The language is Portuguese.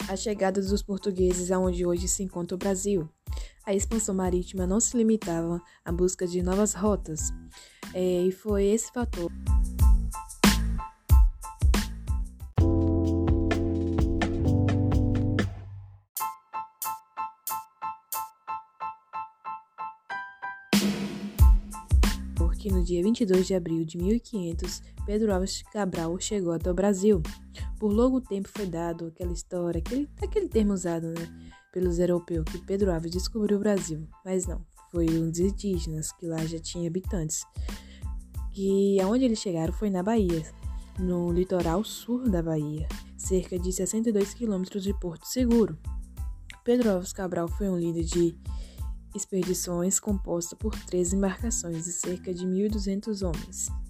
A chegada dos portugueses aonde hoje se encontra o Brasil. A expansão marítima não se limitava à busca de novas rotas, e foi esse fator que no dia 22 de abril de 1500, Pedro Álvares Cabral chegou até o Brasil. Por longo tempo foi dado aquela história, aquele termo usado, pelos europeus, que Pedro Álvares descobriu o Brasil. Mas não, foi os indígenas, que lá já tinha habitantes. E aonde eles chegaram foi na Bahia, no litoral sul da Bahia, cerca de 62 quilômetros de Porto Seguro. Pedro Álvares Cabral foi um líder de expedições composta por 13 embarcações de cerca de 1.200 homens.